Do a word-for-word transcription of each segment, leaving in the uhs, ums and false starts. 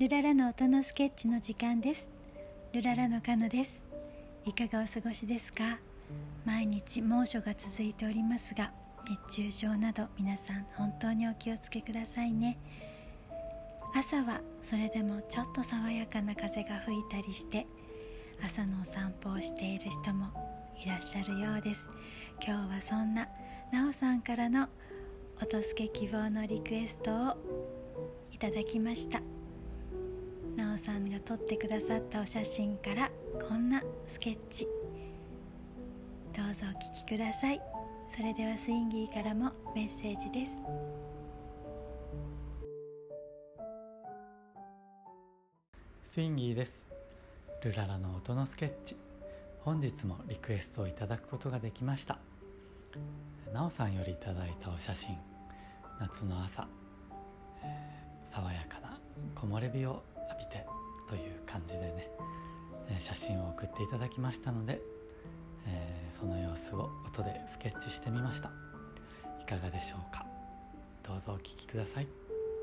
ルララの音のスケッチの時間です。ルララのカノです。いかがお過ごしですか？毎日猛暑が続いておりますが、熱中症など皆さん本当にお気をつけくださいね。朝はそれでもちょっと爽やかな風が吹いたりして、朝のお散歩をしている人もいらっしゃるようです。今日はそんななおさんからの音スケ希望のリクエストをいただきました。なおさんが撮ってくださったお写真からこんなスケッチ、どうぞお聞きください。それではスインギーからもメッセージです。 スインギーです。ルララの音のスケッチ、本日もリクエストをいただくことができました。なおさんよりいただいたお写真、夏の朝、えー、爽やかな木漏れ日を浴びてという感じでね、えー、写真を送っていただきましたので、えー、その様子を音でスケッチしてみました。いかがでしょうか？どうぞお聞きください。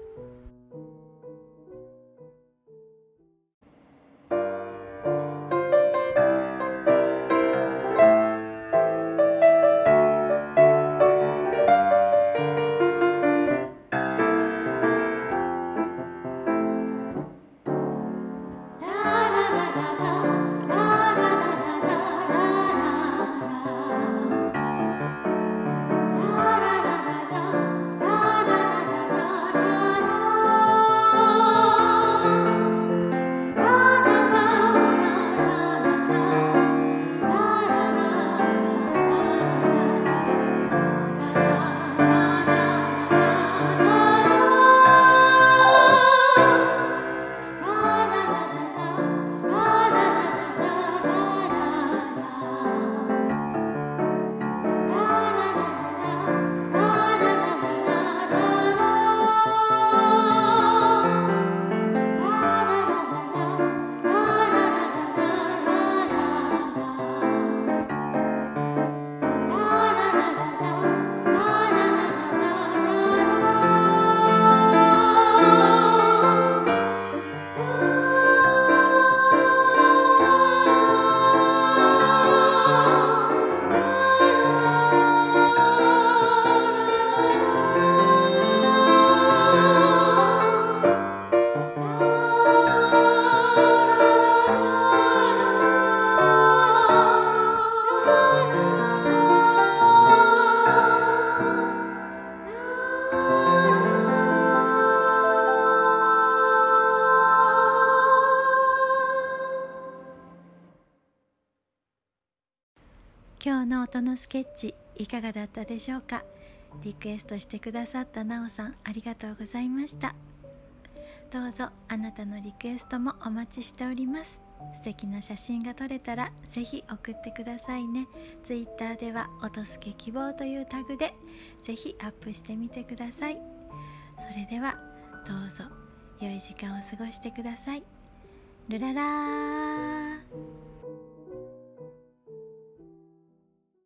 今日の音のスケッチいかがだったでしょうか？リクエストしてくださったなおさん、ありがとうございました。どうぞあなたのリクエストもお待ちしております。素敵な写真が撮れたらぜひ送ってくださいね。ツイッターでは音スケ希望というタグでぜひアップしてみてください。それではどうぞ良い時間を過ごしてください。ルララー。